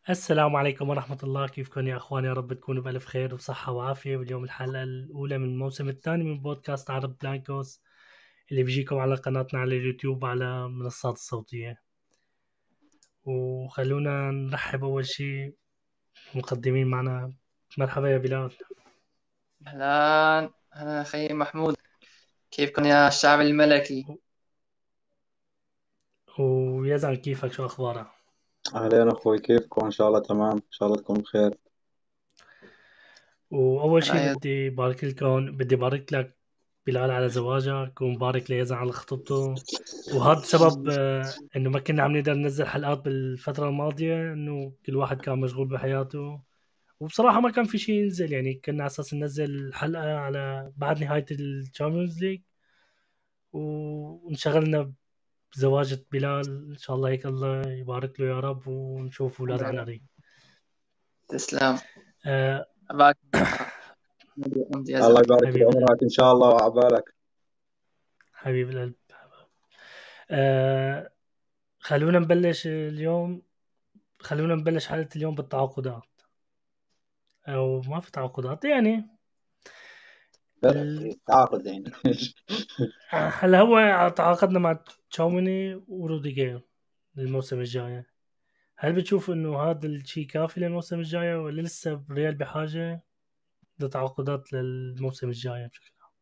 السلام عليكم ورحمة الله، كيفكم يا أخوان؟ يا رب تكونوا بألف خير وصحة وعافية. واليوم الحلقة الأولى من الموسم الثاني من بودكاست عرب بلانكوس اللي بيجيكم على قناتنا على اليوتيوب وعلى منصات الصوتية. وخلونا نرحب أول شيء مقدمين معنا. مرحبا يا بلال. أهلا أهلا أخي محمود، كيفكم يا الشعب الملكي؟ ويزن كيفك؟ شو أخبارك؟ أهلين أخوي، كيفكم؟ إن شاء الله تمام، إن شاء الله تكون بخير. وأول شيء رأيت بدي بارك لك بلال على زواجك، ومبارك ليزن على خطبته. وهذا سبب انه ما كنا عم نقدر ننزل حلقات بالفترة الماضية، انه كل واحد كان مشغول بحياته. وبصراحة ما كان في شيء ينزل، يعني كنا على اساس ننزل حلقة على بعد نهاية الشامبيونز ليج، وانشغلنا بزواجة بلال. ان شاء الله هيك الله يبارك له يا رب، ونشوف اولاد عن قريب. تسلم. آه، أباك أنت يا الله زلمة. يبارك حبيب القلب، بعمرك إن شاء الله وعبالك. حبيب القلب. آه، خلونا نبلش اليوم خلونا نبلش حلقة اليوم بالتعاقدات، او ما في تعاقدات يعني. تعاقد يعني. هلا هو تعاقدنا مع تشاوميني وروديجير للموسم الجاي. هل بتشوف انه هذا الشيء كافي للموسم الجاي، ولا لسه الريال بحاجة لتعاقدات للموسم الجاي بشكل عام؟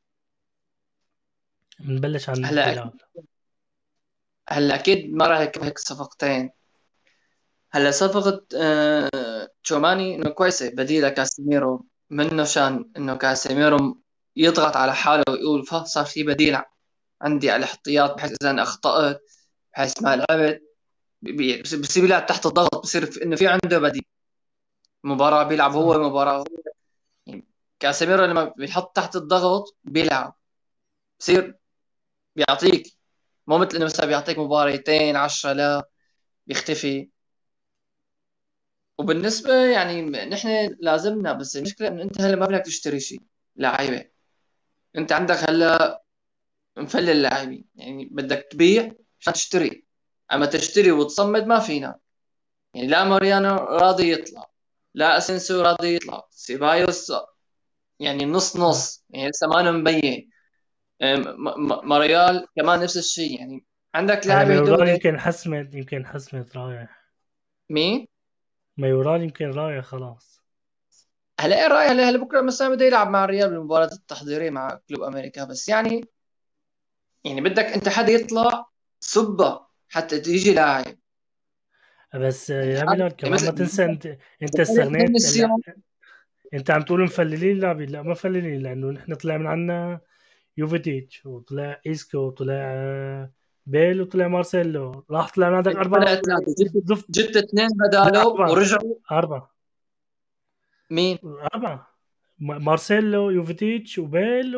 بنبلش عن هلا بلال. هلا أكيد ما راح يكون هيك صفقتين. هلا صفقة تشوماني إنه كويسة بديلة كاسيميرو، منه شان إنه كاسيميرو يضغط على حاله ويقول صار في بديل عندي على الاحتياط، بحيث إذا أنا أخطأت، بحيث ما لعبت بصير بيلعب تحت الضغط، بصير إنه في عنده بديل. مباراة بيلعب صح. هو، مباراة يعني كاسيميرو لما بيحط تحت الضغط بيلعب، بصير بيعطيك، مو مثل انه مثلا بيعطيك مباريتين 10 لا بيختفي. وبالنسبة يعني نحن لازمنا، بس المشكلة انه انت هلا ما بدك تشتري شيء لاعيبة. انت عندك هلا مفلل لاعبين، يعني بدك تبيع عشان تشتري. اما تشتري وتصمد ما فينا. يعني لا ماريانو راضي يطلع، لا اسينسيو راضي يطلع، سيبايوس يعني نص صح. نص، يعني لسه ما مبين. ماريال كمان نفس الشيء. يعني عندك هلا لاعب مايورال هدول. يمكن حسمت رايح. مين؟ مايورال يمكن رايح خلاص. هلا ايه رايك؟ هلا بكره مثلا بده يلعب مع الريال بالمباراه التحضيريه مع كلوب امريكا، بس يعني بدك انت حدا يطلع سبه حتى تيجي لاعب. بس يعني يا هذا بلال يعني كمان ما تنسى انت استغنيت. لا، مثلا انت عم تقول مفللين لاعبين، لا ما مفللين، لانه نحن طلع من عنا يوفيتيتش، وطلع إيسكو، وطلع بيل، وطلع مارسيلو، راح طلع من عندك انت طلع أربعة. ثلاثه، زفت. جبت اثنين لا، بداله أربعة. ورجعوا. أربعة. مين؟ أربعة. مارسيلو، يوفيتيتش، وبيل،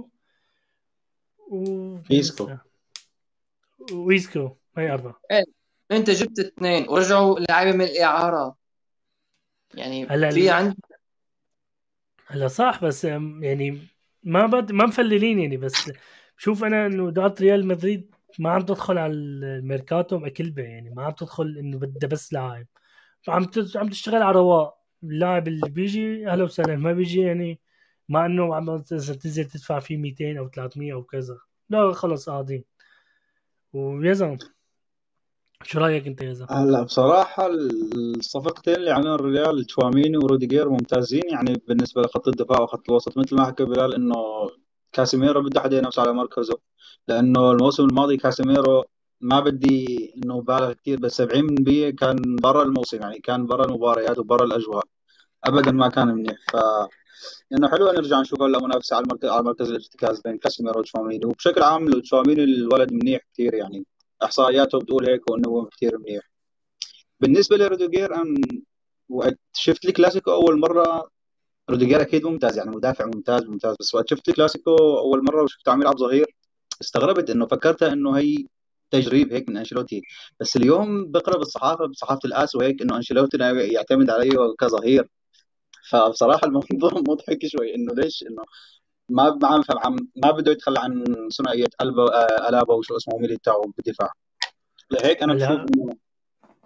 مين إيسكو. لسه؟ وإيسكو. هي أربعة. ايه، انت جبت اثنين ورجعوا لاعيبه من الاعاره. يعني هلا في عندك هلا صح، بس يعني ما مفللين يعني. بس بشوف أنا إنه إدارة ريال مدريد ما عم تدخل على الميركاتو بأكلبة، يعني ما عم تدخل إنه بدها بس لاعب. عم تشتغل على رواق. اللاعب اللي بيجي اهلا وسهلا، ما بيجي يعني ما انه عم تنزل تدفع فيه 200 او 300 او كذا. لا خلص قاعدين. ويزن، شو رايك انت يا زلمه؟ هلا بصراحة الصفقتين اللي عملها الريال تشواميني وروديجير ممتازين، يعني بالنسبة لخط الدفاع وخط الوسط. مثل ما حكى بلال إنه كاسيميرو بده حدا ينافس على مركزه، لأنه الموسم الماضي كاسيميرو ما بدي إنه بالغ كثير، بس 70% كان برا الموسم، يعني كان برا المباريات وبرا الأجواء، ابدا ما كان منيح. انه حلو ان نرجع نشوف هلا منافسه على مركز الارتكاز بين كاسيميرو وتشاوميني. وبشكل عام تشاوميني الولد منيح كثير، يعني احصائياته بتقول هيك، وانه هو كثير منيح. بالنسبه لروديجير، وقت شفت الكلاسيكو اول مره، روديجير اكيد ممتاز، يعني مدافع ممتاز ممتاز، بس وقت شفت الكلاسيكو اول مره وشفته عم يلعب ظهير، استغربت، انه فكرتها انه هي تجريب هيك من انشيلوتي. بس اليوم بقرا بصحافه الاس وهيك انه انشيلوتي يعتمد عليه كظهير. فبصراحه الموضوع مضحك شوي، انه ليش انه ما عم فهم، ما بده يتخلى عن ثنائيه البا الابا وشو اسمه ميليتاو بالدفاع. لهيك انا بشوف هلا انه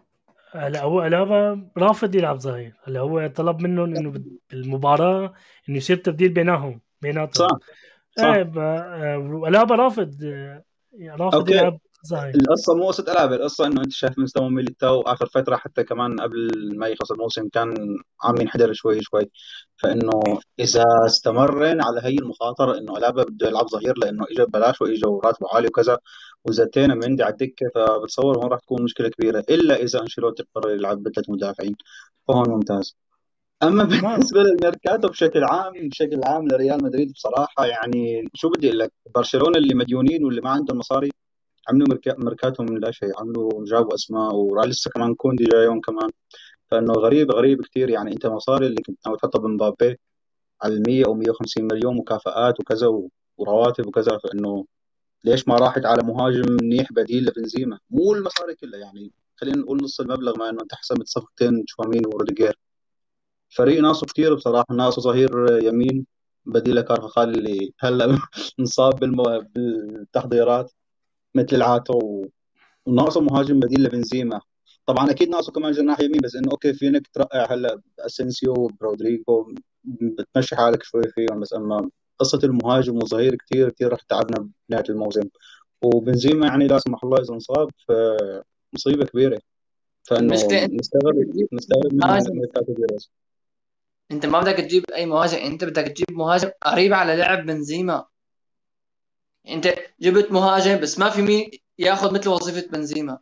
هلا هو ألابا رافض يلعب ظهير. هلا هو طلب منهم انه بالمباراة انه يصير تبديل بيناتهم. صح ايه صح. ألابا رافض، رافض اوكي، يلعب ظهير. القصة مو قصة ألعاب، القصة إنه أنت شايف مستوى ميليتاو آخر فترة، حتى كمان قبل ما يخلص الموسم كان عم ينحدر شوي شوي. فإنه إذا استمرن على هي المخاطرة إنه ألعاب بده يلعب ظهير لأنه إجا ببلاش وإجا وراتبه عالي وكذا، وزتينا مندي على الدكة، فبتصور هون راح تكون مشكلة كبيرة، إلا إذا أنشيلوتي قرر يلعب بثلاث مدافعين، فهون ممتاز. أما ما بالنسبة للميركاتو بشكل عام لريال مدريد بصراحة، يعني شو بدي أقول لك، برشلونة اللي مديونين واللي ما عندهم مصاري عملوا ميركاتو من لا شيء، عملوا جابوا اسماء ولسه كمان كوندي جايون كمان. فانه غريب كثير، يعني انت مصاري اللي كنت ناوي تحطها بمبابي على ال 100 او 150 مليون مكافآت وكذا ورواتب وكذا، فانه ليش ما راحت على مهاجم منيح بديل لبنزيما؟ مو المصاري كلها يعني، خلينا نقول نص المبلغ، ما انه انت حسبت صفقتين تشواميني وروديجير. فريق ناقصه كثير بصراحه، ناقصه ظهير يمين بديل لكارفخال اللي هلا انصاب بالتحضيرات مثل العاده، وناقصه مهاجم بديل لبنزيما. طبعا اكيد ناقصه كمان جناح يمين، بس انه اوكي فينك ترقع هلا اسينسيو برودريجو بتمشي حالك شوي فيهم، بس اما قصه المهاجم والظهير كثير كثير رح تعبنا بنهايه الموسم. وبنزيما يعني لا سمح الله اذا انصاب فمصيبه كبيره. فانه المشكله انت تجيب مستغرب من مهاجم، ميركاتو بيريز. انت ما بدك تجيب اي مهاجم، انت بدك تجيب مهاجم قريب على لعب بنزيما. انت جبت مهاجم بس ما في مين ياخذ مثل وظيفه بنزيما.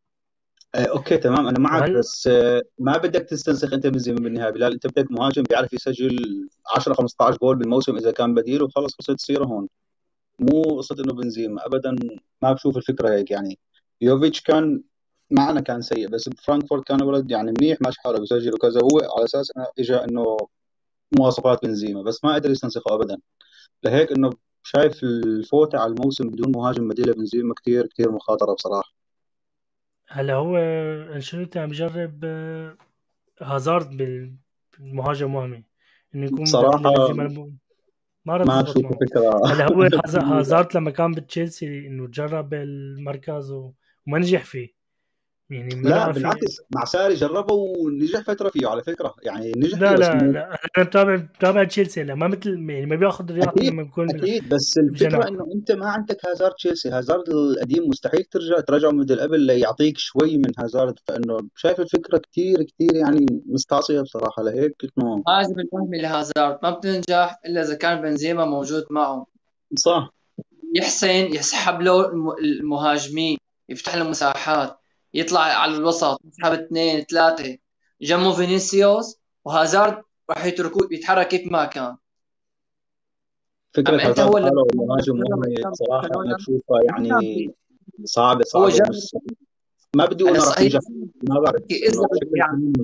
اوكي تمام انا معك، وهل بس ما بدك تستنسخ انت بنزيما بالنهايه بلال، انت بدك مهاجم بيعرف يسجل 10 15 جول بالموسم اذا كان بديل، وخلص قصه تصير هون. مو قصة انه بنزيما ابدا، ما بشوف الفكرة هيك يعني. يوفيتش كان معنا كان سيء، بس بفرانكفورت كان ولد يعني منيح ماشي حاله بيسجل وكذا، هو على اساس انه اجى انه مواصفات بنزيما، بس ما قدر يستنسخه ابدا. لهيك انه شايف الفوتة على الموسم بدون مهاجم بديل بنزيما كثير كثير مخاطرة بصراحة. هلا هو انشيلوتي عم يجرب هازارد بالمهاجم وهمي انه يكون بديل بصراحة لبنزيما. ما رح ما تزبط بشوفه معه. فكرة هلا هو منيحة. هازارد لما كان بتشيلسي انه جرب المركز وما نجح فيه، يعني ما لا لقى فيه. بالعكس، مع ساري جربه ونجح فترة فيه على فكرة، يعني نجح فيه لا بس لا انه لا انا متابع تشيلسي. لا ما مثل يعني ما بياخذ رياضته اكيد لما بيكون اكيد، بس الفكره بجناح. انه انت ما عندك هازارد تشيلسي، هازارد القديم مستحيل ترجعه مثل قبل ليعطيك شوي من هازارد، فانه شايف الفكره كثير كثير يعني مستعصيه بصراحه، لهيك انه مهاجم الوهمي لهازارد ما بتنجح الا اذا كان بنزيما موجود معه، صح. يحسن يسحب له المهاجمين، يفتح له مساحات، يطلع على الوسط يسحب اثنين ثلاثه جنبه فينيسيوس وهازارد راح يتركوه يتحرك كيف ما كان. فكره اما انت هازارد هو اللي حاله مهاجم جرب وهمي ايام بصراحه انا برشلونه بشوفها ما كان يعني فيه. صعبه هو صعبه، جرب. مش ما بدي اقول هلا انها راح هي تنجح، ما بعرف، بس بحكي اذا انه بده بشكل يعمل، عام.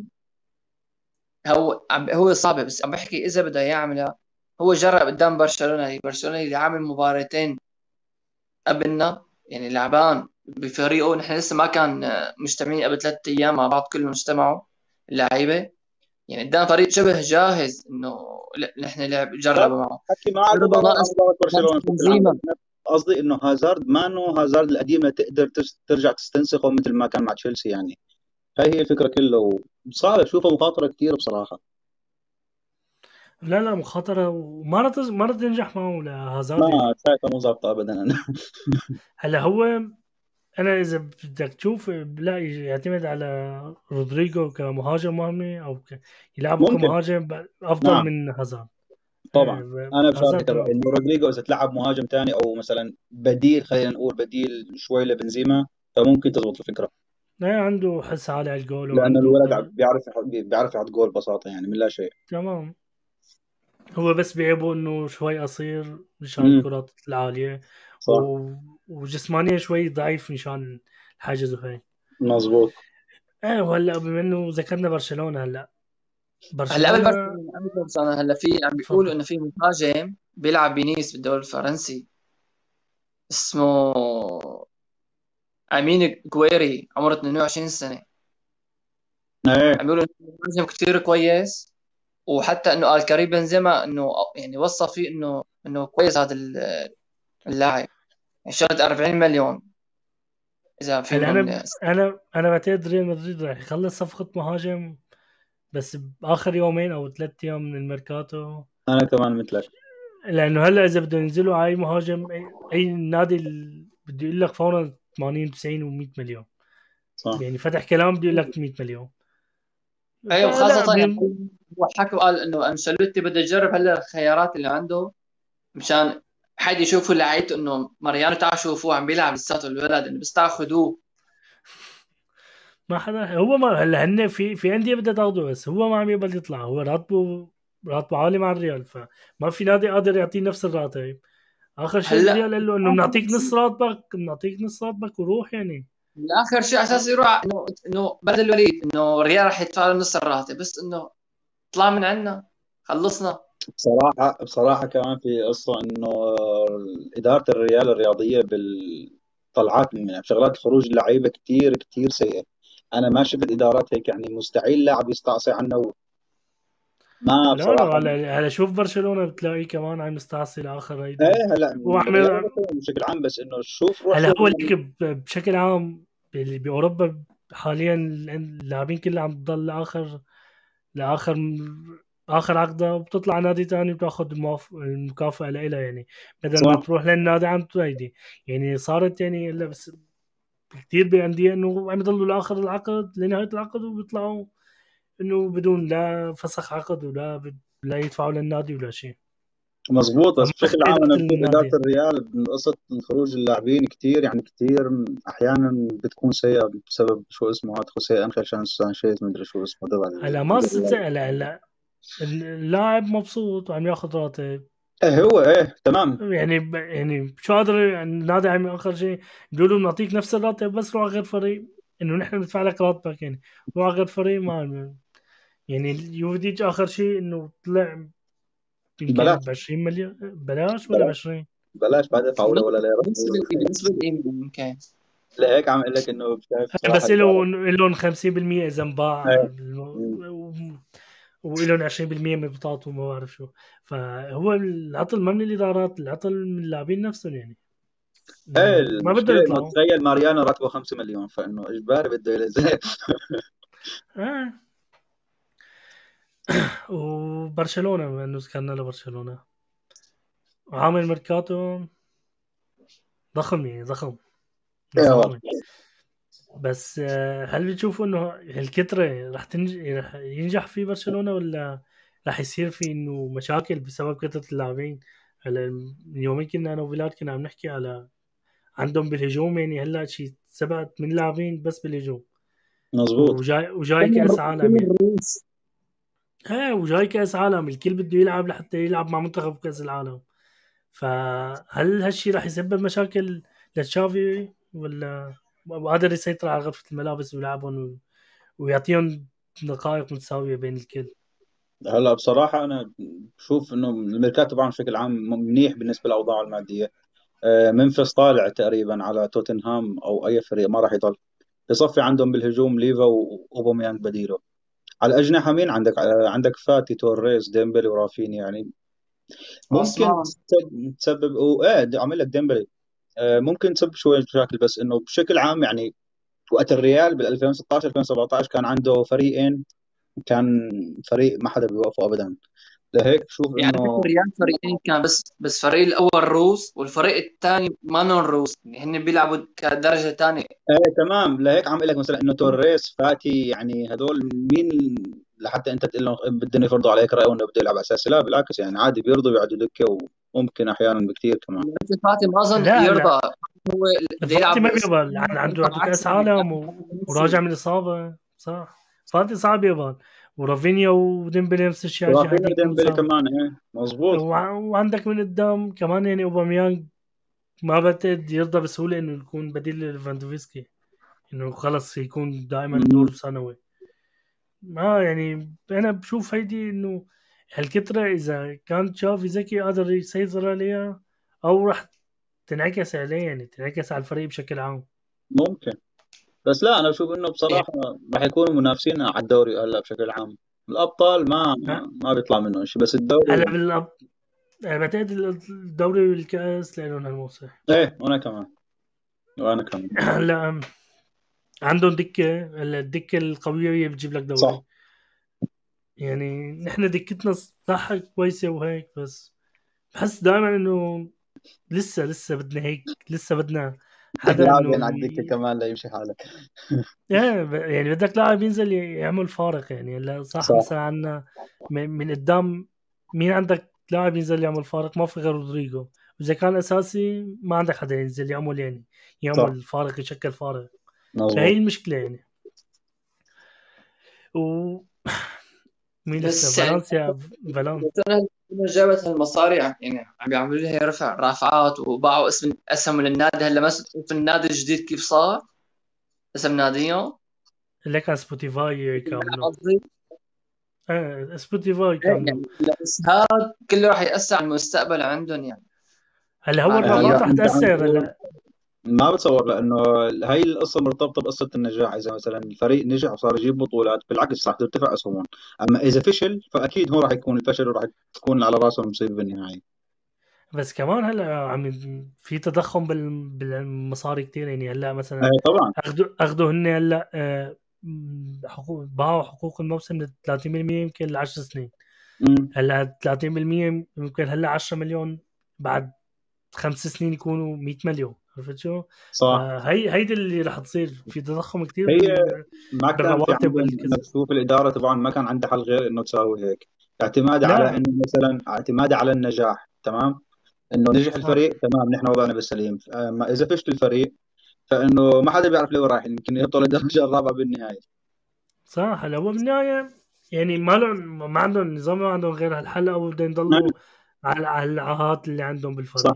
هو صعب بس عم بحكي اذا بده يعملها. هو جرب قدام برشلونه، هي برشلونه اللي عامل مباراتين قبلنا، يعني لعبان بفريقه. نحن لسه ما كان مجتمعين قبل 3 ايام مع بعض كلهم اجتمعوا اللعيبه، يعني قدام فريق شبه جاهز انه نحن لعب لا جربوا معه. حكي معك جربوا وبعرف عن ناقص مباراه برشلونه بشكل عام، بس بنزيما. أنا قصدي انه هازارد ما انه هازارد القديم تقدر ترجع تستنسخه مثل ما كان مع تشيلسي يعني. هاي هي الفكرة كلها، وصعب أشوفها مخاطرة كثير بصراحة. لا مخاطرة، ما رح تنجح معه لهازارد ما يعني. شايفها مو ظابطة أبدا أنا. هلا هو انا اذا بدك تشوف لا يعتمد على رودريجو كمهاجم وهمي او يلعبه ممكن. كمهاجم افضل نعم من هازارد. طبعا. أنا بشاركك هازارد الرأي إنه رودريجو إذا تلعب مهاجم ثاني أو مثلا بديل، خلينا نقول بديل شوي لبنزيما، فممكن تزبط الفكرة. عنده حس عالي على الجول لأن وعنده الولد بيعرف يحط جول ببساطة يعني من لا شيء. تمام. هو بس بيعيبه انه شوي قصير مشان امم الكرات العالية صح. وجسمانيا شوي ضعيف مشان الحاجز وهي. مظبوط. ايه وهلا بما انه ذكرنا برشلونة، هلا هلا قبل برشلونة برشلونه قبل برشلونه هلا في عم بيقولوا تفضل. انه في مهاجم بيلعب بنيس بالدوري الفرنسي اسمه امين كويري عمره 22 سنه. إيه. عم بيقولوا انه مهاجم كثير كويس، وحتى انه قال كريم بنزيما انه يعني وصى فيه انه كويس هذا اللاعب، يعني شرط 40 مليون. اذا في هلا من انا بعتقد ريال مدريد راح يخلص صفقه مهاجم بس باخر يومين او 3 ايام من الميركاتو، انا كمان مثلك. لانه هلا اذا بدهم ينزلوا على اي مهاجم اي نادي بده يقول لك فورا 80 90 و100 مليون، صح. يعني فتح كلام بده يقول لك 100 مليون. ايوه، فلا خاصة يعني هو حكى وقال انه انشيلوتي بده يجرب هلا الخيارات اللي عنده مشان حد يشوفوا لعيبته، انه ماريانو تعال شوفوه عم بيلعب لساته الولد، انه بس تاخذوه. ما حدا هو ما هلا هن في انديه بدها تاخده، بس هو ما عم يقبل يطلع، هو راتبه عالي مع الريال، فما في نادي قادر يعطيه نفس الراتب. اخر شيء هلا الريال قال له انه بنعطيك نص راتبك وروح يعني. اخر شيء اساس يروح انه بدل الوليد، انه الريال راح يدفع له نص الراتب، بس انه طلع من عندنا خلصنا. بصراحة كمان في قصة إنه إدارة الريال الرياضية بالطلعات من شغلات خروج اللعيبة كتير كتير سيئة. أنا ما شفت إدارات هيك، يعني مستحيل لاعب يستعصي عنه. ما لا لا، بصراحة. هلا شوف برشلونه بتلاقيه كمان عم يستعصي لاخر هيدي. إيه هلا هو عم الريال بشكل عام، بس إنه شوف روح هلا شوف هو هيك بشكل عام باوروبا حاليا اللاعبين كلها عم تضل لاخر اخر عقده، وبتطلع نادي تاني بتاخذ المكافاه لها يعني، بدل ما صح تروح للنادي عم تهيدي. يعني صارت يعني هلا بس كثير بانديه انه عم يضلوا لاخر العقد لنهايه العقد وبيطلعوا انه بدون لا فسخ عقد لا يدفعوا للنادي ولا شيء. مزبوط. بس فما بشكل في عام أنا إدارة بشوف إدارة النادي. الريال من قصة خروج اللاعبين كتير، يعني كتير أحيانا بتكون سيئة بسبب شو اسمه هذا خوسيه أنخيل سانشيز، مدري شو اسمه تبع هلا ما تسأل، هلا اللاعب مبسوط وعم ياخذ راتب، إيه هو إيه تمام. يعني شو قادر يعني النادي عم اخر شيء بيقولوا بنعطيك نفس الراتب بس روح على غير فريق، انه نحن ندفع لك راتبك يعني، روح على غير فريق ما يعني اليوفيتش اخر شيء انه طلع يمكن بلاش ب 20 مليون بلاش ولا ب 20. بلاش بعد يدفع ولا ليرة. بالنسبه لي يمكن لهيك عم اقول لك انه شايف صراحه بس اداره. لهم 50% اذا انباع إيه. مم. ولهم 20% من بطاقته وما بعرف شو. فهو العطل ما من الادارات، العطل من اللاعبين نفسهم يعني، ايه انه ما بدهم المشكله انه يطلعوا. تخيل ماريانو راتبه 5 مليون، فانه اجباري بده يلزم. آه. وبرشلونه بما انه ذكرنا لبرشلونه، عامل ميركاتو ضخم يعني ضخم ايه والله. للزلمه. بس هل بتشوفوا انه هالكتره رح ينجح في برشلونه، ولا رح يصير في انه مشاكل بسبب كتره اللاعبين؟ هلا من يومين كنا انا وفيلاد كنا عم نحكي على عندهم بالهجوم، يعني هلا شيء 7 8 لاعبين بس بالهجوم، مظبوط. وجاي كاس عالم يعني. ايه وجاي كاس عالم، الكل بده يلعب لحتى يلعب مع منتخب كاس العالم. فهل هالشي راح يسبب مشاكل لتشافي، ولا قادر يسيطر على غرفة الملابس ويلعبهم ويعطيهم دقائق متساوية بين الكل؟ هلا بصراحه انا بشوف انه الميركاتو طبعا بشكل عام منيح بالنسبه للاوضاع الماديه. منفس طالع تقريبا على توتنهام او اي فريق ما راح يضل. بصفي عندهم بالهجوم ليفا واوباميانج بديله. على الاجنحه مين عندك؟ عندك فاتي توريز ديمبلي ورافينيا، يعني ممكن عثمان. تسبب عامل لك ديمبلي. ممكن تسبب شويه مشاكل، بس انه بشكل عام يعني وقت الريال بال 2016 2017 كان عنده فريقين. كان فريق ما حدا بيوقفه ابدا. لهيك بشوف يعني انه الريال فريقين كان، بس الفريق الاول روس والفريق الثاني ما نون روس، يعني هن بيلعبوا كدرجه ثانيه. ايه تمام. لهيك عم اقول لك مثلا انه توريس فاتي، يعني هدول مين لحتى انت تقول لهم بدهم يفرضوا عليك رايهم انه بده يلعب اساسي؟ لا بالعكس، يعني عادي بيرضوا يقعدوا دكه، وممكن احيانا بكثير كمان. فاتي ما اظن لا يرضى، لا، هو بده فاتي يلعب ما بيقبل، عنده عكس كأس عالم وراجع من إصابة، صح. فاتي صعب يقبل، ورافينيا وديمبلي نفس الشيء رافينيا هديك وديمبلي مصاب. كمان ايه مظبوط. وعندك من قدام كمان يعني اوباميانج ما بعتقد يرضى بسهولة انه يكون بديل لليفاندوفسكي، انه خلص يكون دائما دور مم. ثانوي. ما يعني انا بشوف هيدي انه هالكترة اذا كان تشافي ذكي قادر يسيطر عليها، او راح تنعكس عليه، يعني تنعكس على الفريق بشكل عام. ممكن. بس لا انا بشوف انه إيه. بصراحه راح يكونوا منافسين على الدوري هلا بشكل عام. الابطال ما ها؟ ما بيطلع منه شيء، بس هلا الدوري. انا بعتقد الدوري والكاس لهم هالموسم. ايه وانا كمان. وانا كمان هلا عندهم دكه، هلا الدكه القويه هي بتجيب لك دوري. صح. يعني نحن دكتنا صح كويسه وهيك، بس بحس دائما انه لسه بدنا هيك، لسه بدنا حدا لاعبين انه على الدكه كمان لا يمشي حالك. يعني بدك لاعب ينزل يعمل فارق. يعني هلا صح صح مثلا عندنا من قدام مين عندك لاعب ينزل يعمل فارق؟ ما في غير رودريجو. اذا كان اساسي ما عندك حدا ينزل يعمل يعني صح يعمل فارق، يشكل فارق. فهي مظبوط. المشكله يعني. و مين لسه؟ بس يعني فالنسيا فالون. جابت هالمصاري، يعني عم يعملوا لها رافعات وباعوا اسهم للنادي. هلا ما في النادي الجديد كيف صار اسم ناديهم؟ اللي كان سبوتيفاي كامله. قصدي سبوتيفاي كامله. يعني الاسهال كله راح ياثر على المستقبل عندهم يعني. هلا هو عارف الرافعات كيف؟ رح انت عم تاثر تقول هلا. ما بتصور، لانه هاي القصه مرتبطه بقصه النجاح. اذا مثلا الفريق نجح وصار يجيب بطولات بالعكس راح ترتفع اسهمهم، اما اذا فشل فاكيد هو راح يكون الفشل وراح تكون على راسه المصيبه بالنهايه. بس كمان هلا عم في تضخم بالمصاري كتير. يعني هلا مثلا ايه طبعا. اخذوا هن هلا حقوق، باعوا حقوق الموسم من 30% يمكن ل 10 سنين. امم هلا 30% يمكن هلا 10 مليون، بعد 5 سنين يكونوا 100 مليون. عرفت شو؟ صح. هيدي اللي رح تصير في تضخم كتير هي ما كان في بالرواتب عندهم والكذا. مكشوف، الاداره طبعا ما كان عندها حل غير انه تساوي هيك، اعتماد على لا انه مثلا اعتماد على النجاح. تمام، انه نجح صح الفريق تمام نحن وضعنا بالسليم، اما اذا فشل الفريق فانه ما حدا بيعرف لوين رايح، يمكن يهبطوا للدرجه الرابعه بالنهايه. صح. هلا هو بالنهاية يعني ما عندهم نظام، ما عندهم غير هالحل، او بدهم يضلوا على العاهات اللي عندهم صح. بالفريق.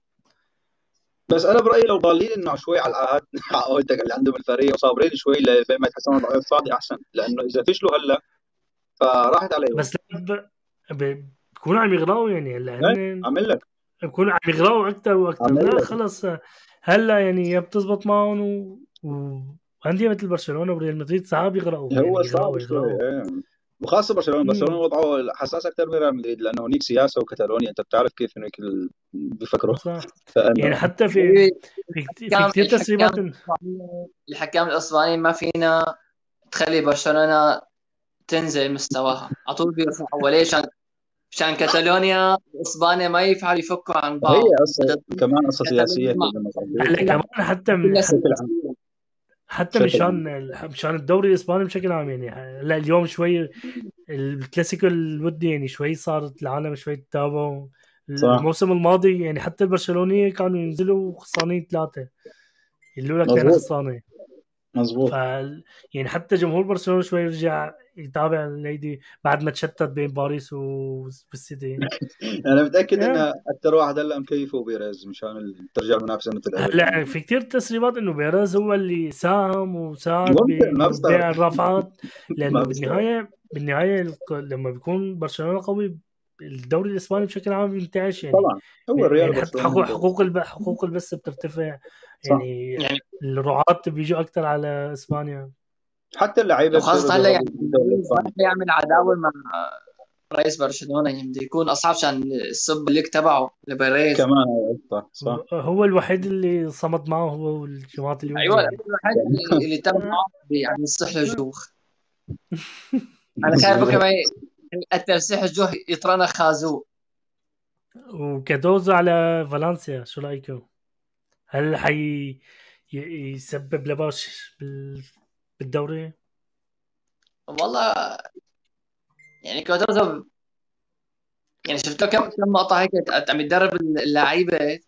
بس انا برايي لو ضالين انه شوي على العهد عقولتك اللي عندهم الفريق وصابرين شوي لبين ما يتحسنوا الوضع الاقتصادي احسن، لانه اذا فشلوا هلا فراحت عليهم. بس لا بكونوا عم يغرقوا. يعني هلا إيه، هن عامل لك بكونوا عم يغرقوا اكثر واكثر. عامل لا لك خلص هلا يعني يا بتزبط معهم وانديه مثل برشلونه وريال مدريد صعب يغرقوا، هو يعني صعب يغرقوا شوي يغرقوا. ايه. وخاصه برشلونه امم وضعه حساس اكثر من ريال مدريد، لانه هنيك سياسه وكتالونيا انت بتعرف كيف هناك بيفكروا. صح. يعني فانه حتى في كثير تسريبات الحكام الاسبانيين ما فينا تخلي برشلونه تنزل مستواها على طول، بيرفعوا وليش؟ عشان كاتالونيا اسبانيا ما ينفعوا يفكوا عن هي بعض. قصه كمان قصه سياسيه هلا مضبوطه كمان حتى بشكل عام. حتى بشكل عام مشان الدوري الاسباني بشكل عام. يعني لا اليوم شوي الكلاسيكو الودي يعني شوي صارت العالم شوي تتابعه. صح الموسم الماضي يعني حتى البرشلونية كانوا ينزلوا خسرانين 3، يقولوا لك نحن مظبوط خسرانين. ف مظبوط. يعني حتى جمهور برشلونة شوي رجع يتابع النادي بعد ما تشتت بين باريس والسيتي. انا متاكد يعني ان اكثر واحد هلا مكيفه بيريز مشان ترجع المنافسه مثل قبل هلا يعني. في كتير تسريبات انه بيريز هو اللي ساهم وساعد ممكن، ما بانه بستغرب. بيع الرافعات. ما لانه بستغرب. بالنهايه لما بيكون برشلونه قوي الدوري الاسباني بشكل عام بينتعش. يعني طبعا هو الريال يعني حتى وبرشلونه حقوق البث بترتفع. صح. يعني يعني الرعاة بيجوا اكثر على اسبانيا. حتى اللعيبه بصيروا وخاصة هلا بيرغبوا يعني بالدوري الاسباني. ما يعمل عداوة مع رئيس برشلونة، يعني بده يكون أصعب عشان السب الليك تبعه لبيريز. كمان صح صح. هو الوحيد اللي صمد معه هو والجماعه أيوة اليوفي يعني. الوحيد اللي تم معه يعني يصح له جوخ. أنا خايف بكره مظبوط. التمسيح الجوخ يطرنا خازوق. وكادوزو على فالنسيا شو رايكم؟ هل يسبب لباش بالدوري؟ والله يعني كوتوزو، يعني شفت له كم لقطة هيك عم يدرب اللعيبة،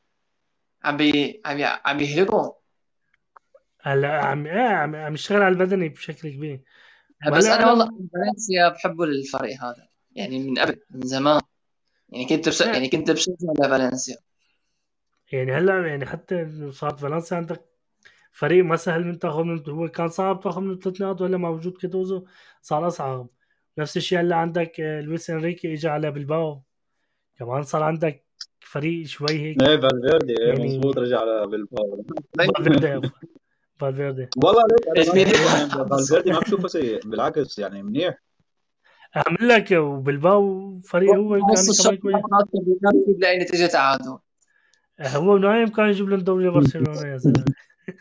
عم يهلكوا. هلا عم يشتغل على البدني بشكل كبير. بس وهلا أنا والله انا فالنسيا بحبه للفريق هذا، يعني من قبل من زمان. يعني كنت بشجع لفالنسيا. يعني هلا يعني حتى إنه صارت فالنسيا عندك فريق ما سهل من تاخذ منه. هو كان صعب تاخذ منه 3 نقاط، ولا مع وجود كيتوزو صار اصعب. نفس الشيء هلا عندك لويس انريكي اجى على بلباو، كمان صار عندك فريق شوي هيك ايه فالفيردي ايه مظبوط يعني. رجع على بالباور. فالفيردي فالفيردي والله ليك انا ما زميلي بشوفه يعني فالفيردي ما بشوفه سيء، بالعكس يعني منيح. اعمل لك. وبلباو فريق هو كان نص الشوط كمان كويس. الاول كان بينافس بلاقي نتيجه تعادل. هو نايم كان يجيب لهم دوري برشلونه يا زلمه.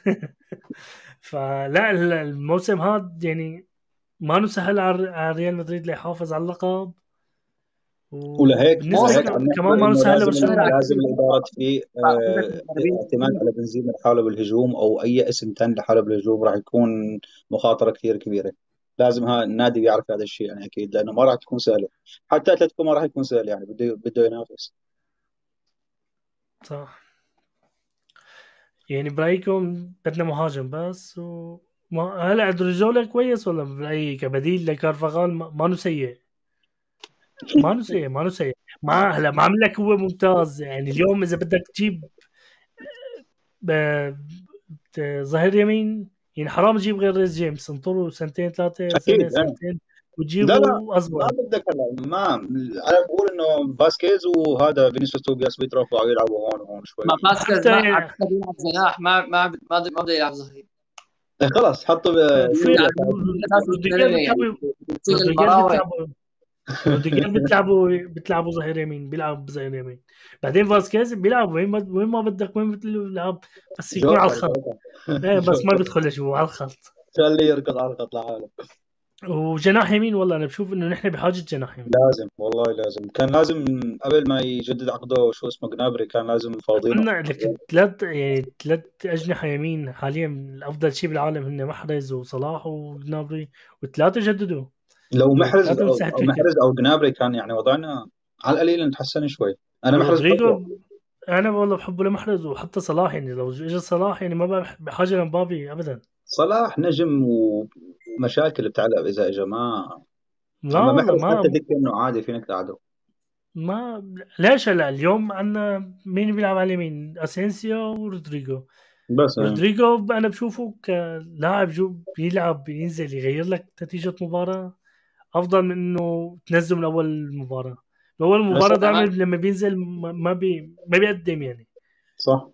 فلا الموسم هذا يعني ما سهل على ريال مدريد ليحافظ على اللقب، ولهيك وبالنسبه عم كمان نحكي ما انه سهل لازم لبرشلونه. الاداره في عندك مدربين اعتماد على بنزيما لحاله بالهجوم، او اي اسم ثاني لحاله بالهجوم راح يكون مخاطره كثير كبيره. لازم النادي يعرف هذا الشيء يعني اكيد، لانه ما راح تكون سهله. حتى اتلتيكو ما راح يكون سهل، يعني بده ينافس. صح. يعني برايكم بدنا مهاجم بس هلا درجولا كويس ولا برايي كبديل لكارفاغال ما سيء. ما سيء. ما هلا ما عامل لك هو ممتاز يعني. اليوم اذا بدك تجيب ب- ظهير يمين يعني حرام تجيب غير ريس جيمس، انطروا سنتين ثلاثة اكيد سنتين لا لا، وتجيبوا ما أزبط. بدك هلا. ما انا بقول انه فاسكيز وهذا فينيسيوس توبياس بيترفعوا يلعبوا هون وهون شوي. ما باسكيز حتى ما يعني عاد يلعب جناح، ما بده يلعب ظهير. خلص حطوا في يعني اساسي روديجير الزلمه يعني بتلعبوا بتصير روديجير المراوغ. بتلعبوا روديجير بتلعبوا ظهير يمين، بيلعب ظهير يمين. بعدين فاسكيز بيلعب وين ما بدك، وين بتقول يلعب بس يكون على جوكر الخط. جوكر ايه بس ما جوكر. بيدخل شو على الخط. خليه يركض على الخط لحاله. وجناح يمين والله انا بشوف انه نحن بحاجه جناح يمين. لازم والله لازم، كان لازم قبل ما يجدد عقده شو اسمه جنابري، كان لازم فاضينه. عندنا لك ثلاث اجنحه يمين حاليا افضل شيء بالعالم هن محرز وصلاح وجنابري، والثلاثه جددوا. لو محرز والثلاثه او مساحه أو محرز او جنابري كان يعني وضعنا على القليل نتحسن شوي. انا محرز بحبه. ورودريجو انا والله بحبه لمحرز، وحتى صلاح يعني لو اجى صلاح يعني ما بحاجه لمبابي ابدا. صلاح نجم ومشاكل بتعلق اذا اجى ما. لا اما والله محرز حتى ما دكه انه عادي فينك تقعده. ما ليش هلا اليوم عندنا مين بيلعب على اليمين؟ اسينسيو ورودريجو. بس رودريجو انا بشوفه كلاعب بيلعب بينزل يغير لك نتيجه مباراه افضل من انه تنزله من اول المباراه. اول بس المباراه دائما كمان لما بينزل ما بيقدم يعني. صح.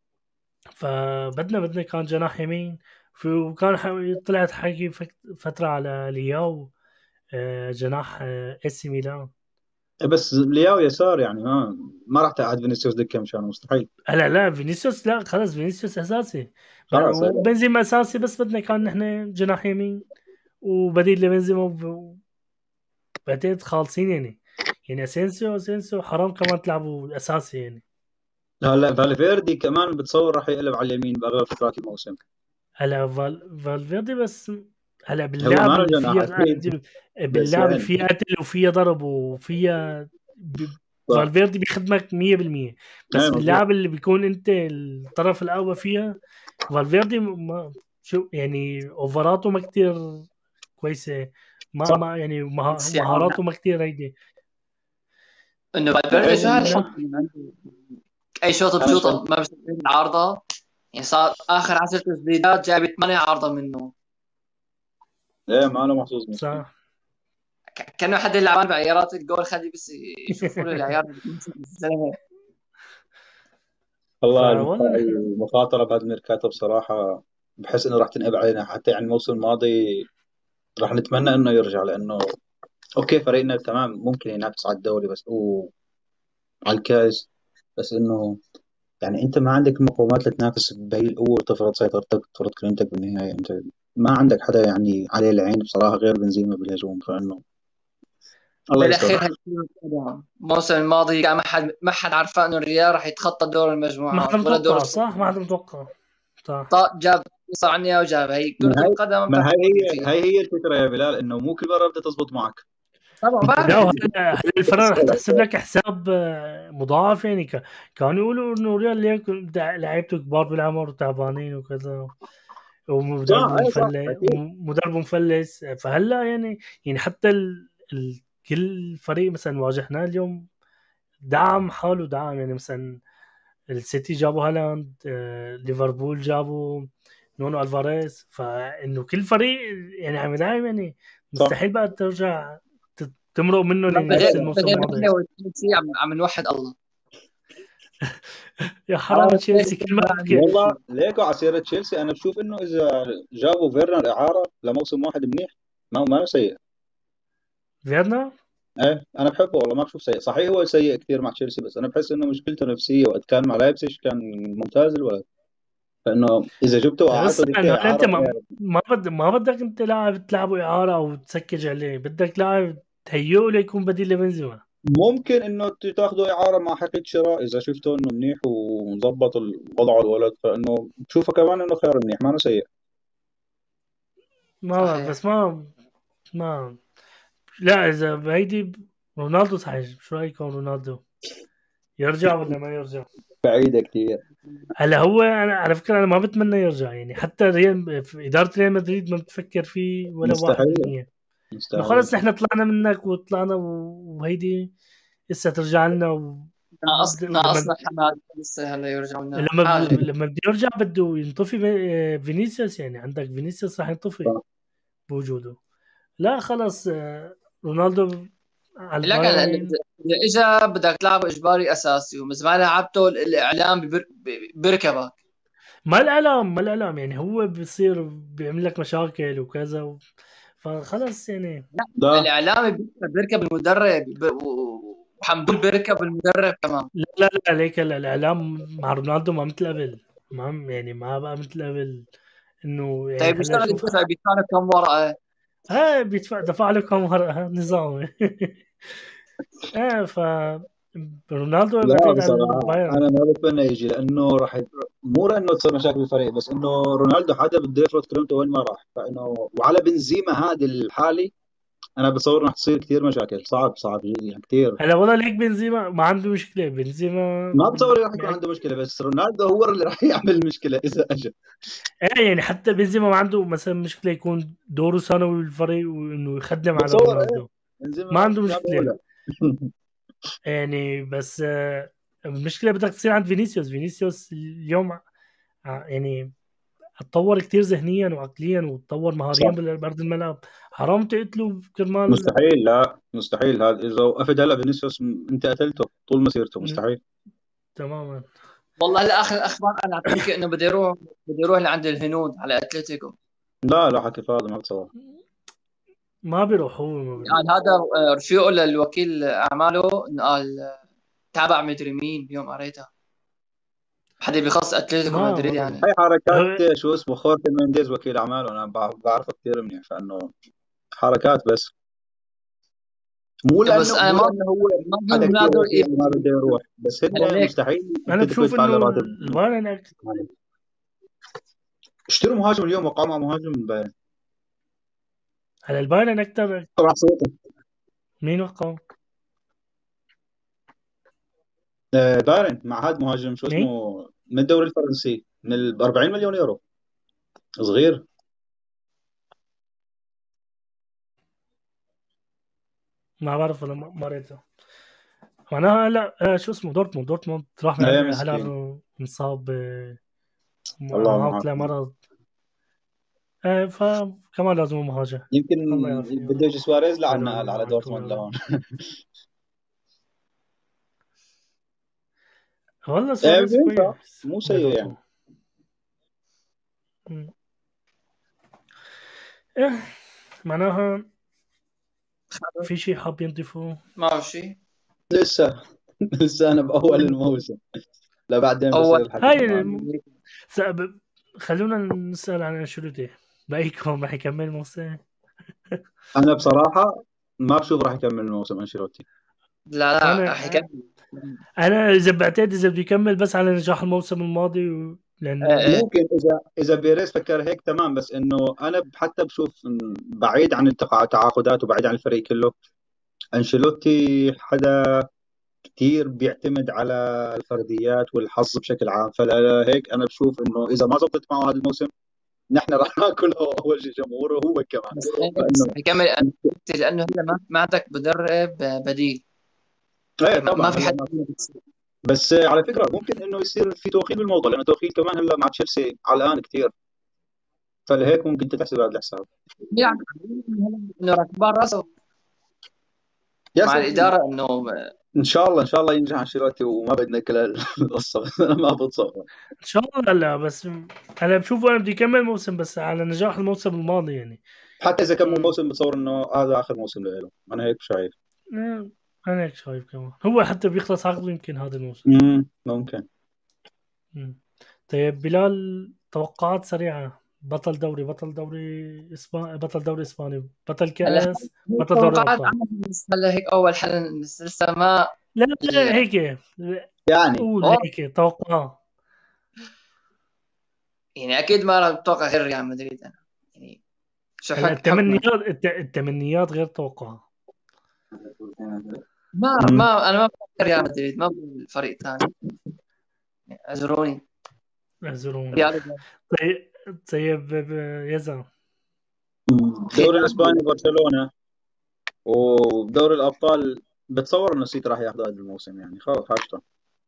فبدنا كان جناح يمين. وكان طلعت حكي فتره على لياو، جناح اي سي ميلان. بس لياو يسار يعني ما راح تقعد فينيسيوس دكه مشانه، مستحيل. هلا لا فينيسيوس، لا خلص فينيسيوس اساسي. خلاص وبنزيما اساسي، بس بدنا كان نحن جناح يمين وبديل لبنزيما بعتقد خالصين يعني. يعني اسينسيو حرام كمان تلعبوا اساسي يعني. هلا فالفيردي كمان بتصور راح يقلب على اليمين باغلب فترات الموسم. هلا فالفيردي بس. هلا هو باللعب ما اللي جناح فيها اكيد، بس باللعب اللي يعني فيها قتل وفيها ضرب وفيها ب... صح. فالفيردي بيخدمك 100%. ايه بس مظبوط. باللعب اللي بيكون انت الطرف الاول فيها، فالفيردي ما شو يعني اوفراته ما كتير كويسه. صح. ما يعني بس يعني مهاراته ما كتير هيدي. انه فالفيردي ايش جاي لا يحط من عنده اي شوط ايش بشوطه ما بيستفيد العارضه. يعني صار اخر 10 تسديدات جايب 8 عارضه منه. ايه ما له محظوظ مسكين. صح. كانه حد يلعب بعيارات الجول خلي بس يشوفوا له العيار الزلمه. والله فوالله نحن المخاطره بهذا الميركاتو بصراحه بحس انه راح تنقب علينا. حتى يعني الموسم الماضي راح نتمنى انه يرجع، لانه اوكي فريقنا تمام ممكن ينافس على الدوري بس وعلى الكاس، بس انه يعني انت ما عندك مقومات لتنافس بهي القوه وتفرض سيطرتك تفرض كلمتك بالنهايه. انت ما عندك حدا يعني عليه العين بصراحه غير بنزيما بالهجوم، فانه الله يستر. بالاخير الموسم الماضي كان ما حد عرفان انه الريال راح يتخطى دور ما حدا المجموعات ولا دور متوقع، 16. صح، ما حدا متوقع. صح. جاب صار عندي وجاب هي ما كرة هي القدم ما ما بتعرف هي تفكر هي فيها. هي الفكره يا بلال، انه مو كل مره بدها تزبط معك. طبعا لا بعرف. وهلا الفرق رح تحسب لك حساب مضاعف يعني. كانوا يقولوا انه ريال ليك لعيبته كبار بالعمر وتعبانين وكذا، صح اي صح اكيد. ومدربه مفلس. فهلا يعني حتى كل فريق مثلا واجهناه اليوم دعم حاله، دعم يعني. مثلا السيتي جابوا هالاند، ليفربول جابوا نونو الفاريز. فانه كل فريق يعني عم يدعم يعني. صح. مستحيل بقى ترجع تمرق منهم ما يعني لا نفس بغير لا الموسم بغير الماضي. نحن وتشيلسي عم نوحد الله. يا حرام عرفت تشيلسي كل ما بفكر. والله ليكو على سيره تشيلسي، انا بشوف انه اذا جابوا فيرنر اعاره لموسم واحد منيح، ما له سيء. فيرنا ايه انا بحبه والله، ما بشوف سيء. صحيح هو سيء كثير مع تشيلسي، بس انا بحس انه مشكلته نفسيه. وقت كان مع لايبزيج كان ممتاز الولد. فانه اذا جبته بس وقعدته دكه انه انت اعاره ما بدك انت لاعب تلعبه اعاره او تسكج عليه، بدك لاعب تهيئه ليكون بديل لبنزيما. ممكن انه تاخذه اعاره مع حقيقه شراء اذا شفته انه منيح ومظبط وضعه الولد، فانه بشوفه كمان انه خيار منيح، ما انه سيء. ما بعرف، صحيح. بس ما لا اذا بهيدي رونالدو صحيح، شو رايكم رونالدو يرجع ولا ما يرجع؟ بعيده كثير. هلا هو انا على فكره انا ما بتمنى يرجع، يعني حتى ريال في اداره ريال مدريد ما بتفكر فيه ولا مستحيل 1%. انه مستحيل. خلص نحن طلعنا منك وطلعنا وهيدي لسه ترجع لنا لما ناقصنا حماد لسه هلا يرجعوا لنا حاجه. لما بده يرجع بده ينطفي فينيسيوس، يعني عندك فينيسيوس راح ينطفي صح. بوجوده. لا خلص رونالدو على لكن اذا البايرن. اجى بدك تلعبه اجباري اساسي ومن زمان لعبته، الاعلام بيركبك. ما الإعلام يعني هو بيصير بيعمل لك مشاكل وكذا فخلص يعني. لا، لا الاعلام بيركب المدرب وحمدول بيركب المدرب كمان. لا ليك الإعلام مع رونالدو ما مثل قبل، ما يعني ما بقى مثل قبل. انه يعني طيب هلا بيشتغل شوف بيدفع له كم ورقه. دفع له كم ورقة نظامي. ف رونالدو لا بعتقد على بصراحه البايرن. انا ما بتمنى يجي، لانه راح مو لانه تصير مشاكل بالفريق، بس انه رونالدو حدا بده يفرض كلمته وين ما راح. فانه وعلى بنزيما هذا الحالي انا بتصور انه تصير كثير مشاكل. صعب يعني كثير. هلا والله ليك بنزيما ما عنده مشكلة، بنزيما ما بتصور راح يكون عنده مشكله، بس رونالدو هو اللي راح يعمل مشكله اذا اجى. ايه يعني حتى بنزيما ما عنده مثلا مشكلة يكون دوره ثانوي بالفريق وانه يخدم على بتصور ايه رونالدو، بنزيما ما ما عنده في لعبه مشكلة. اولى. يعني بس المشكلة بدك تصير عند فينيسيوس اليوم يعني اتطور كتير ذهنيا وعقليا وتطور مهاريا صح. بارض الملعب. حرام تقتله كرمال. مستحيل، لا مستحيل. هذا اذا وقفت هلا فينيسيوس انت قتلته طول مسيرته، مستحيل. تماما. والله هلا اخر الاخبار انا عم تحكي انه بده يروح لعند الهنود على اتلتيكو. لا حكي فاضي، ما بتصور. ما بيروح، هو ما بيروح. يعني هذا رفيقه للوكيل اعماله إنه قال تابع مدري مين اليوم قريتها، حدا بيخص اتلتيكو مدريد ما يعني. بيروح هاي حركات هو شو اسمه خورخي مينديز وكيل اعماله، انا بعرفه كثير منيح. فانه حركات بس، مو بس لانه انا مو ما لانه هو ما حدا اظن كثير رونالدو وكيل ما بده يروح، بس هلا هن ليك. مستحيل انا اتلتيكو بشوف يدفع له انه راتب. البايرن اشتروا مهاجم اليوم، وقعوا مع مهاجم من بايرن. على البايرن اكثر. راح صوته. مين وقعوا؟ بايرن مع هذا مهاجم شو مين؟ اسمه من الدوري الفرنسي من 40 مليون يورو، صغير. ما بعرف ولا ما قريته. معناها لا شو اسمه دورتموند راح من ايه عنده، هلا مسكين. مصاب الله معه معك. طلع مرض. فكمان لازم مهاجم. يمكن الله يعافيه بده يجي سواريز لعنا ويدعم قال على معكم يا دورتموند رب. لهون. والله ايه سواريز بينفع، كويس مو سيء يعني. بدورتموند. مم. إيه معناها في شيء حاب ينضيفوه. ما هو شيء. لسه لسه انا باول الموسم، لا بعدين اول بصير الحكي هاي تمام. سأب... خلونا نسأل عن انشيلوتي، رأيكم رح يكمل الموسم؟ انا بصراحه ما بشوف راح يكمل الموسم انشيلوتي. لا انا حكايه. انا اذا بعتقد اذا بده يكمل بس على نجاح الموسم الماضي لانه ايه ممكن اذا بيريز فكر هيك تمام، بس انه انا حتى بشوف بعيد عن التعاقدات وبعيد عن الفريق كله، انشيلوتي حدا كثير بيعتمد على الفرديات والحظ بشكل عام. فلهيك انا بشوف انه اذا ما زبطت معه هذا الموسم نحن راح ناكل اول شيء جمهوره هو كمان. بس إيه بس فانه حيكمل أنشيلوتي لانه هلا ما عندك مدرب بديل. ايه ما طبعا في هلا حد. بس على فكره ممكن انه يصير في توخيل بالموضوع، لانه توخيل كمان هلا مع تشيلسي علقان كثير. فلهيك ممكن تحسب هذا الحساب. يعني انه راكبان راسه يا مع سيدي الاداره انه ان شاء الله ينجح انشيلوتي وما بدنا كل القصه. بس انا ما بتصور. ان شاء الله. لا بس انا بشوفه انا بده يكمل موسم بس على نجاح الموسم الماضي يعني. حتى اذا كان مو موسم بتصور انه هذا اخر موسم له. انا هيك شايف. انا هيك شايف كمان، هو حتى بيخلص عقده يمكن هذا الموسم. ممكن. طيب بلال، توقعات سريعة، بطل دوري اسباني، بطل هلا كأس، بطل دوري توقعات الأبطال. عامة، بس هلا هيك اول حل بس لسه ما لا لا هيك يعني قول والله هيك توقع. يعني اكيد ما راح اتوقع غير ريال مدريد انا، يعني شو هلا حكم. التمنيات غير توقع. مم. انا ما بفكر ريال مدريد، ما بقول فريق ثاني، يعني اعذروني. اعذروني. ريال طيب طيب يزن الدوري ختام. الاسباني برشلونة، ودوري الابطال بتصور انه السيتي راح ياخذ هذا الموسم، يعني خلاص حاجته.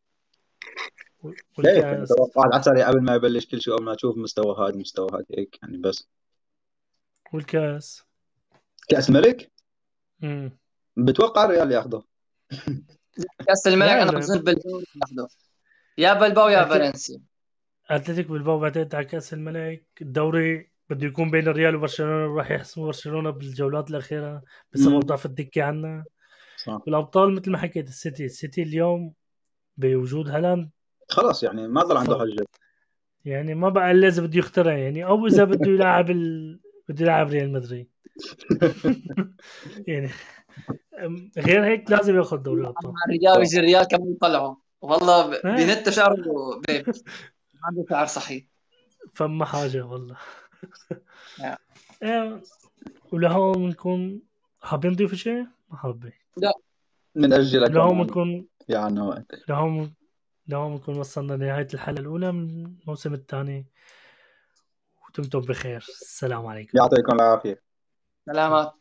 هيك يعني والكأس. توقعات على السريع قبل ما يبلش كل شيء، قبل ما تشوف مستوى هذا هيك يعني بس. والكأس. كأس ملك امم بتوقع الريال ياخذه. كاس الملك لا انا لا بظن بالباو ياخذه، يا بلباو يا فالنسيا. اتلتيك بالباو بعتقد على كأس الملك. الدوري بده يكون بين الريال وبرشلونة، راح يحسموا برشلونة بالجولات الأخيرة بسبب ضعف الدكة عنا. صح. والأبطال مثل ما حكيت السيتي اليوم بوجود هالاند، خلاص يعني ما ضل عنده حجة. يعني ما بقى إلا إذا بده يخترع، يعني أو إذا بده يلعب بده يلعب ريال مدريد. يعني غير هيك لازم ياخذ دوري الأبطال. مع الريال ويجي الريال كمان يطلعه، والله آه، بنت شعره بيب، ما عنده شعر صحيح. فما حاجة والله. آه، ولهون بنكون حابين نضيف شيء؟ ما حابين. لا بنأجلها لهون كمان بنكون يعني وقت. لهون لهون بنكون وصلنا لنهاية الحلقة الأولى من الموسم الثاني. ودمتم بخير، السلام عليكم. يعطيكم العافية. سلامات.